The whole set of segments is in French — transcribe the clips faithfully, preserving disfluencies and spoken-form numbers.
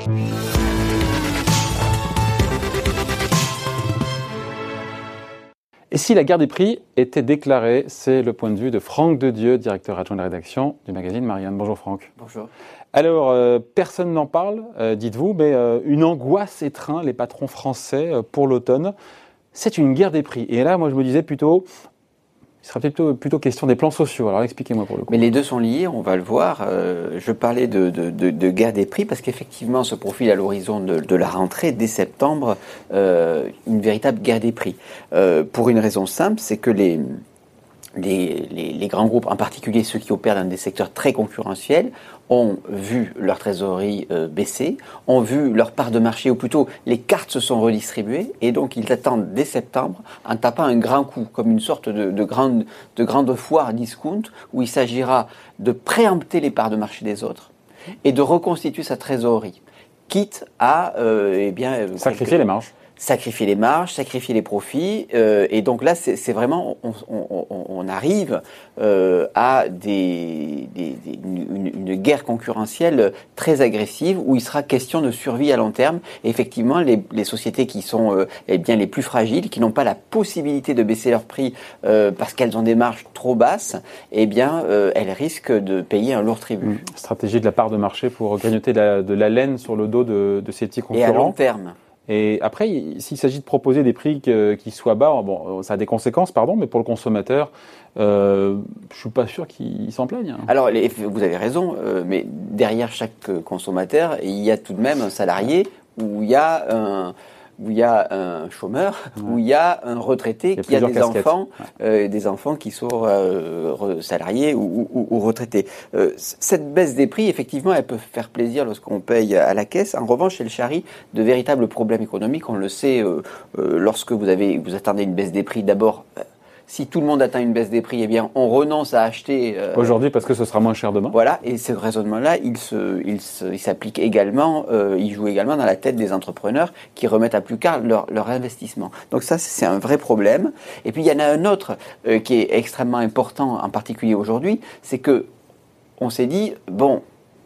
Et si la guerre des prix était déclarée, c'est le point de vue de Franck Dedieu, directeur adjoint de la rédaction du magazine Marianne. Bonjour Franck. Bonjour. Alors, euh, personne n'en parle, euh, dites-vous, mais euh, une angoisse étreint les patrons français euh, pour l'automne. C'est une guerre des prix. Et là, moi, je me disais plutôt, il sera plutôt, plutôt question des plans sociaux. Alors, expliquez-moi pour le coup. Mais les deux sont liés, on va le voir. Euh, je parlais de, de, de, de guerre des prix parce qu'effectivement, se profile à l'horizon de, de la rentrée, dès septembre, euh, une véritable guerre des prix. Euh, pour une raison simple, c'est que les... Les, les, les grands groupes, en particulier ceux qui opèrent dans des secteurs très concurrentiels, ont vu leur trésorerie euh, baisser, ont vu leur part de marché, ou plutôt les cartes se sont redistribuées, et donc ils attendent dès septembre en tapant un grand coup, comme une sorte de, de, grande, de grande foire discount, où il s'agira de préempter les parts de marché des autres et de reconstituer sa trésorerie, quitte à euh, eh bien, sacrifier quelque... les marges. Sacrifier les marges, sacrifier les profits, euh, et donc là, c'est, c'est vraiment, on, on, on arrive euh, à des, des, des, une, une guerre concurrentielle très agressive où il sera question de survie à long terme. Et effectivement, les, les sociétés qui sont euh, eh bien les plus fragiles, qui n'ont pas la possibilité de baisser leurs prix euh, parce qu'elles ont des marges trop basses, eh bien, euh, elles risquent de payer un lourd tribut. Mmh. Stratégie de la part de marché pour grignoter la, de la laine sur le dos de, de ces petits concurrents. Et à long terme. Et après, s'il s'agit de proposer des prix que, qui soient bas, bon, ça a des conséquences, pardon, mais pour le consommateur, euh, je suis pas sûr qu'il s'en plaigne. Alors, les, vous avez raison, euh, mais derrière chaque consommateur, il y a tout de même un salarié où il y a un, où il y a un chômeur, ouais. où il y a un retraité, a qui a des casquettes. enfants, ouais. euh, des enfants qui sont euh, salariés ou, ou, ou retraités. Euh, cette baisse des prix, effectivement, elle peut faire plaisir lorsqu'on paye à la caisse. En revanche, elle charrie de véritables problèmes économiques. On le sait, euh, euh, lorsque vous avez, vous attendez une baisse des prix, d'abord. Euh, Si tout le monde atteint une baisse des prix, eh bien, on renonce à acheter. Euh, Aujourd'hui, parce que ce sera moins cher demain. Voilà, et ce raisonnement-là, il, se, il, se, il s'applique également, euh, il joue également dans la tête des entrepreneurs qui remettent à plus tard leur, leur investissement. Donc ça, c'est un vrai problème. Et puis, il y en a un autre euh, qui est extrêmement important, en particulier aujourd'hui, c'est que on s'est dit, bon,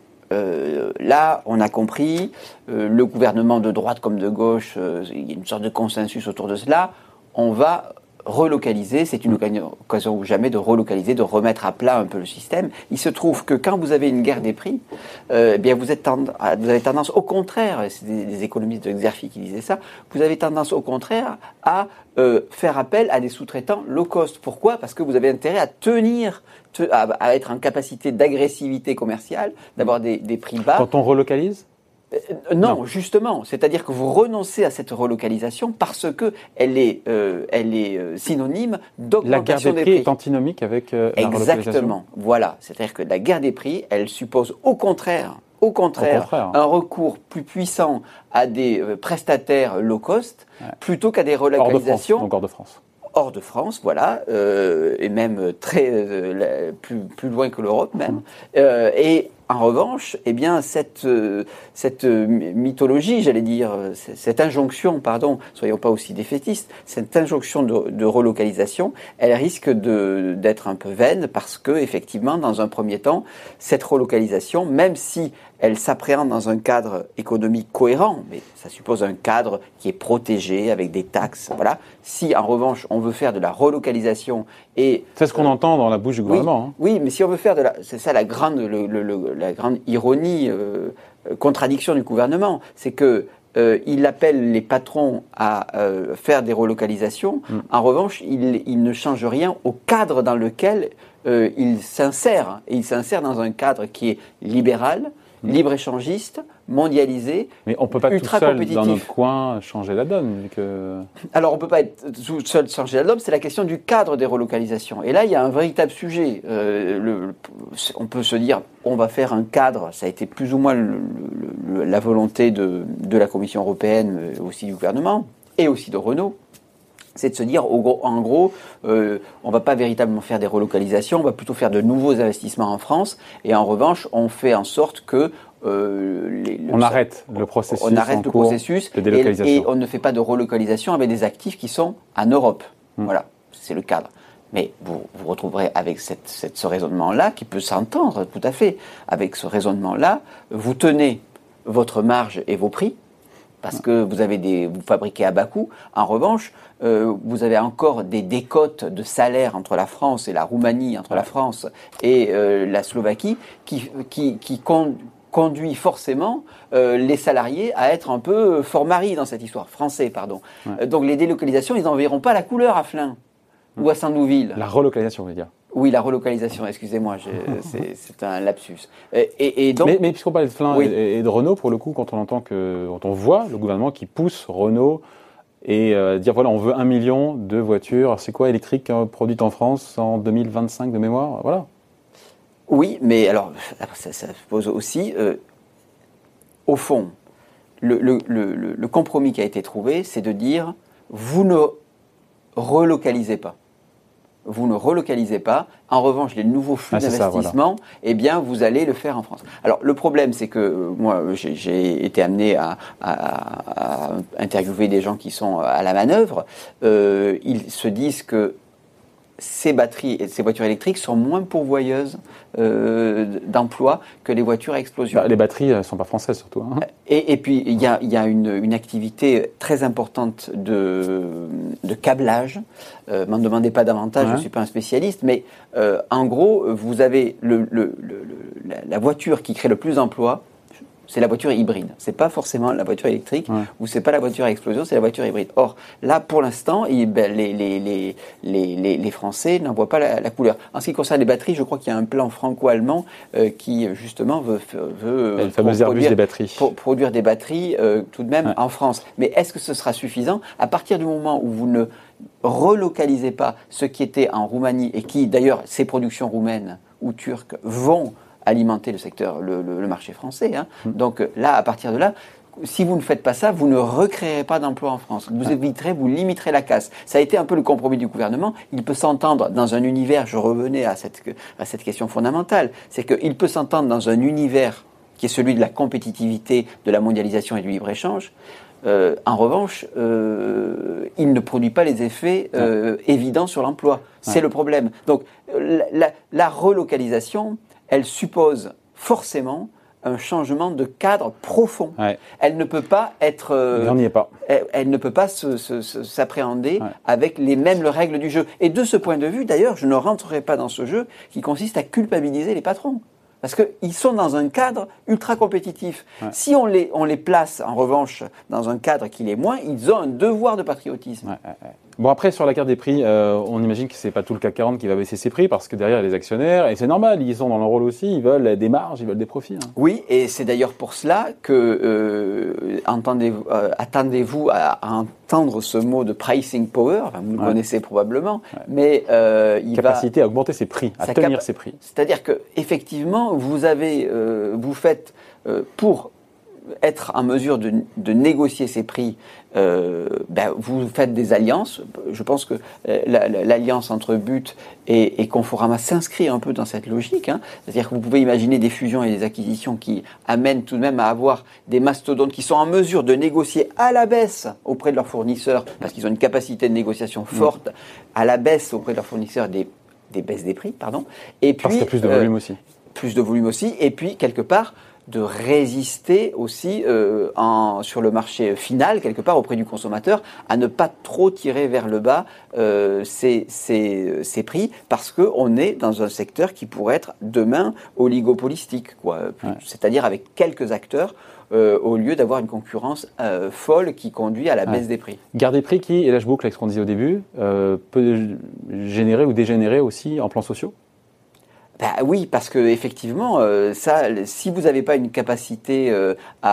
euh, là, on a compris, euh, le gouvernement de droite comme de gauche, euh, il y a une sorte de consensus autour de cela, on va relocaliser, c'est une occasion ou jamais de relocaliser, de remettre à plat un peu le système. Il se trouve que quand vous avez une guerre des prix, euh, eh bien vous, êtes tend- vous avez tendance au contraire, c'est des, des économistes de Xerfi qui disaient ça, vous avez tendance au contraire à euh, faire appel à des sous-traitants low cost. Pourquoi ? Parce que vous avez intérêt à tenir, te, à, à être en capacité d'agressivité commerciale, d'avoir des, des prix bas. Quand on relocalise ? Euh, non, non, justement, c'est-à-dire que vous renoncez à cette relocalisation parce que elle est, euh, elle est euh, synonyme d'augmentation des prix. La guerre des prix est antinomique avec euh, la relocalisation. Exactement, voilà. C'est-à-dire que la guerre des prix, elle suppose au contraire, au contraire, au contraire. un recours plus puissant à des euh, prestataires low cost ouais. plutôt qu'à des relocalisations. Hors de France, donc hors de France. Hors de France, voilà, euh, et même très euh, plus, plus loin que l'Europe même. Mmh. Euh, et en revanche, eh bien, cette, euh, cette mythologie, j'allais dire, cette injonction, pardon, soyons pas aussi défaitistes, cette injonction de, de relocalisation, elle risque de, d'être un peu vaine parce que, effectivement, dans un premier temps, cette relocalisation, même si elle s'appréhende dans un cadre économique cohérent, mais ça suppose un cadre qui est protégé avec des taxes, voilà. Si, en revanche, on veut faire de la relocalisation et... C'est ce qu'on euh, entend dans la bouche du gouvernement. Oui, hein. oui, mais si on veut faire de la... C'est ça la grande, le, le, le, la grande ironie, euh, contradiction du gouvernement, c'est que euh, il appelle les patrons à euh, faire des relocalisations. Mm. En revanche, il, il ne change rien au cadre dans lequel euh, il s'insère. Et il s'insère dans un cadre qui est libéral, mm. libre-échangiste, mondialisé, mais on ne peut pas tout seul dans notre coin changer la donne. Vu que... Alors on ne peut pas être tout seul changer la donne, c'est la question du cadre des relocalisations. Et là, il y a un véritable sujet. Euh, le, on peut se dire, on va faire un cadre, ça a été plus ou moins le, le, la volonté de, de la Commission européenne, mais aussi du gouvernement, et aussi de Renault. C'est de se dire, en gros, euh, on ne va pas véritablement faire des relocalisations, on va plutôt faire de nouveaux investissements en France, et en revanche, on fait en sorte que Euh, les, on, le, arrête le processus on arrête le processus de délocalisation. Et, et on ne fait pas de relocalisation avec des actifs qui sont en Europe. Mmh. Voilà, c'est le cadre. Mais vous, vous retrouverez avec cette, cette, ce raisonnement-là, qui peut s'entendre tout à fait, avec ce raisonnement-là, vous tenez votre marge et vos prix, parce que vous avez des, vous fabriquez à bas coût. En revanche, euh, vous avez encore des décotes de salaire entre la France et la Roumanie, entre la France et euh, la Slovaquie, qui, qui, qui con, conduit forcément euh, les salariés à être un peu fort-maris dans cette histoire, français, pardon. Ouais. Euh, donc les délocalisations, ils n'en verront pas la couleur à Flins mmh. ou à Saint-Nouville. La relocalisation, vous voulez dire? Oui, la relocalisation, excusez-moi, je, c'est, c'est un lapsus. Et, et, et donc, mais, mais puisqu'on parle de Flins oui. et, et de Renault, pour le coup, quand on entend que, quand on voit le gouvernement qui pousse Renault et euh, dire voilà, on veut un million de voitures, alors c'est quoi électriques hein, produites en France en deux mille vingt-cinq de mémoire, voilà. Oui, mais alors ça, ça pose aussi, euh, au fond, le, le, le, le compromis qui a été trouvé, c'est de dire vous ne relocalisez pas. Vous ne relocalisez pas. En revanche, les nouveaux flux ah, d'investissement, voilà. eh bien, vous allez le faire en France. Alors, le problème, c'est que euh, moi, j'ai, j'ai été amené à, à, à interviewer des gens qui sont à la manœuvre. Euh, ils se disent que ces batteries et ces voitures électriques sont moins pourvoyeuses euh, d'emplois que les voitures à explosion. Bah, les batteries ne sont pas françaises surtout. Hein. Et, et puis il y a, y a une, une activité très importante de, de câblage. Euh, m'en demandez pas davantage, ouais. je ne suis pas un spécialiste, mais euh, en gros, vous avez le, le, le, le, la, la voiture qui crée le plus d'emplois. C'est la voiture hybride. C'est pas forcément la voiture électrique ouais. ou c'est pas la voiture à explosion, c'est la voiture hybride. Or, là, pour l'instant, il, ben, les, les, les, les, les Français n'en voient pas la, la couleur. En ce qui concerne les batteries, je crois qu'il y a un plan franco-allemand euh, qui, justement, veut, veut le fameux Airbus des batteries. Pour produire des batteries euh, tout de même ouais. en France. Mais est-ce que ce sera suffisant? À partir du moment où vous ne relocalisez pas ce qui était en Roumanie et qui, d'ailleurs, ces productions roumaines ou turques vont alimenter le secteur, le, le, le marché français. Hein. Mmh. Donc là, à partir de là, si vous ne faites pas ça, vous ne recréerez pas d'emplois en France. Vous éviterez, vous limiterez la casse. Ça a été un peu le compromis du gouvernement. Il peut s'entendre dans un univers, je revenais à cette, à cette question fondamentale, c'est qu'il peut s'entendre dans un univers qui est celui de la compétitivité, de la mondialisation et du libre-échange. Euh, en revanche, euh, il ne produit pas les effets euh, évidents sur l'emploi. Ouais. C'est le problème. Donc la, la, la relocalisation, elle suppose forcément un changement de cadre profond. Ouais. Elle ne peut pas être. Euh, on n'y est pas. Elle, elle ne peut pas se, se, se, s'appréhender ouais. avec les mêmes règles du jeu. Et de ce point de vue, d'ailleurs, je ne rentrerai pas dans ce jeu qui consiste à culpabiliser les patrons. Parce qu'ils sont dans un cadre ultra compétitif. Ouais. Si on les, on les place, en revanche, dans un cadre qui l'est moins, ils ont un devoir de patriotisme. Ouais, ouais, ouais. Bon, après, sur la carte des prix, euh, on imagine que ce n'est pas tout le C A C quarante qui va baisser ses prix, parce que derrière, il y a les actionnaires, et c'est normal, ils sont dans leur rôle aussi, ils veulent des marges, ils veulent des profits. Hein. Oui, et c'est d'ailleurs pour cela que euh, entendez-vous, euh, attendez-vous à, à entendre ce mot de pricing power, enfin, vous le ouais. connaissez probablement, ouais. mais euh, il capacité va, à augmenter ses prix, à tenir capa- ses prix. C'est-à-dire que effectivement, vous avez, euh, vous faites euh, pour être en mesure de, de négocier ces prix, euh, ben, vous faites des alliances. Je pense que euh, la, la, l'alliance entre But et, et Conforama s'inscrit un peu dans cette logique. Hein. C'est-à-dire que vous pouvez imaginer des fusions et des acquisitions qui amènent tout de même à avoir des mastodontes qui sont en mesure de négocier à la baisse auprès de leurs fournisseurs, parce qu'ils ont une capacité de négociation forte, à la baisse auprès de leurs fournisseurs des, des baisses des prix, pardon. Et puis, parce qu'il y a plus de volume euh, aussi. Plus de volume aussi. Et puis, quelque part, de résister aussi euh, en, sur le marché final, quelque part auprès du consommateur, à ne pas trop tirer vers le bas euh, ces, ces, ces prix, parce qu'on est dans un secteur qui pourrait être demain oligopolistique, quoi. Ouais. C'est-à-dire avec quelques acteurs, euh, au lieu d'avoir une concurrence euh, folle qui conduit à la baisse ouais. des prix. Garde des prix qui, et là je boucle avec ce qu'on disait au début, euh, peut générer ou dégénérer aussi en plans sociaux. Ben oui, parce que effectivement, euh, ça, si vous n'avez pas une capacité euh,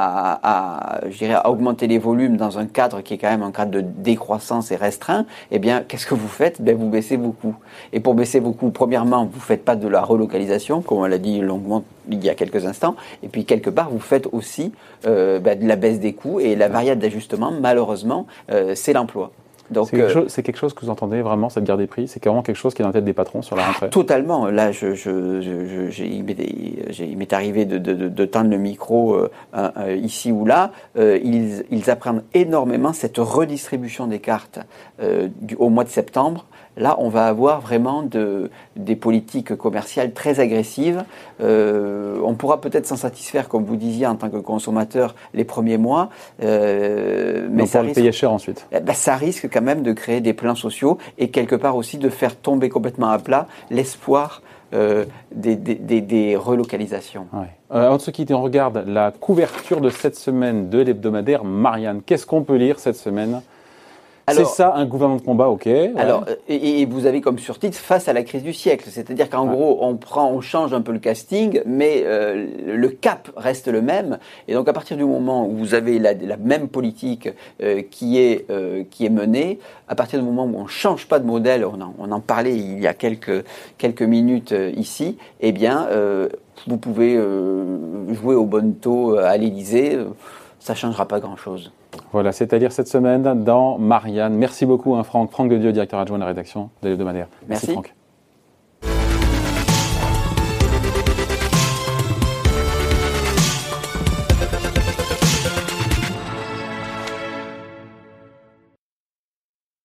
à, à, je dirais, à augmenter les volumes dans un cadre qui est quand même un cadre de décroissance et restreint, eh bien, qu'est-ce que vous faites? Ben vous baissez vos coûts. Et pour baisser vos coûts, premièrement, vous faites pas de la relocalisation, comme on l'a dit longuement il y a quelques instants. Et puis quelque part, vous faites aussi euh, ben, de la baisse des coûts, et la variable d'ajustement, malheureusement, euh, c'est l'emploi. Donc, c'est, quelque chose, c'est quelque chose que vous entendez vraiment, cette guerre des prix? C'est vraiment quelque chose qui est dans la tête des patrons sur la rentrée? Totalement. Là, je, je, je, je, j'ai, il, m'est, j'ai, il m'est arrivé de, de, de, de tendre le micro euh, euh, ici ou là. Euh, ils, ils apprennent énormément cette redistribution des cartes euh, du, au mois de septembre. là, on va avoir vraiment de, des politiques commerciales très agressives. Euh, on pourra peut-être s'en satisfaire, comme vous disiez, en tant que consommateur, les premiers mois. Euh, mais ça risque, le payer cher ensuite. Eh ben, ça risque quand même de créer des plans sociaux et quelque part aussi de faire tomber complètement à plat l'espoir Euh, des, des, des, des relocalisations. Ouais. Euh, avant de se quitter, on regarde la couverture de cette semaine de l'hebdomadaire Marianne. Qu'est-ce qu'on peut lire cette semaine ? C'est ça, un gouvernement de combat, ok. Ouais. Alors, et, et vous avez comme surtitre face à la crise du siècle, c'est-à-dire qu'en ouais. gros, on prend, on change un peu le casting, mais euh, le cap reste le même. Et donc, à partir du moment où vous avez la, la même politique euh, qui est euh, qui est menée, à partir du moment où on change pas de modèle, on en, on en parlait il y a quelques quelques minutes euh, ici, eh bien, euh, vous pouvez euh, jouer au bonneteau à l'Élysée, euh, ça changera pas grand-chose. Voilà, c'est-à-dire cette semaine dans Marianne. Merci beaucoup, hein, Franck. Franck de Dieu, directeur adjoint de la rédaction de l'Hebdomadaire. Merci, Merci Franck.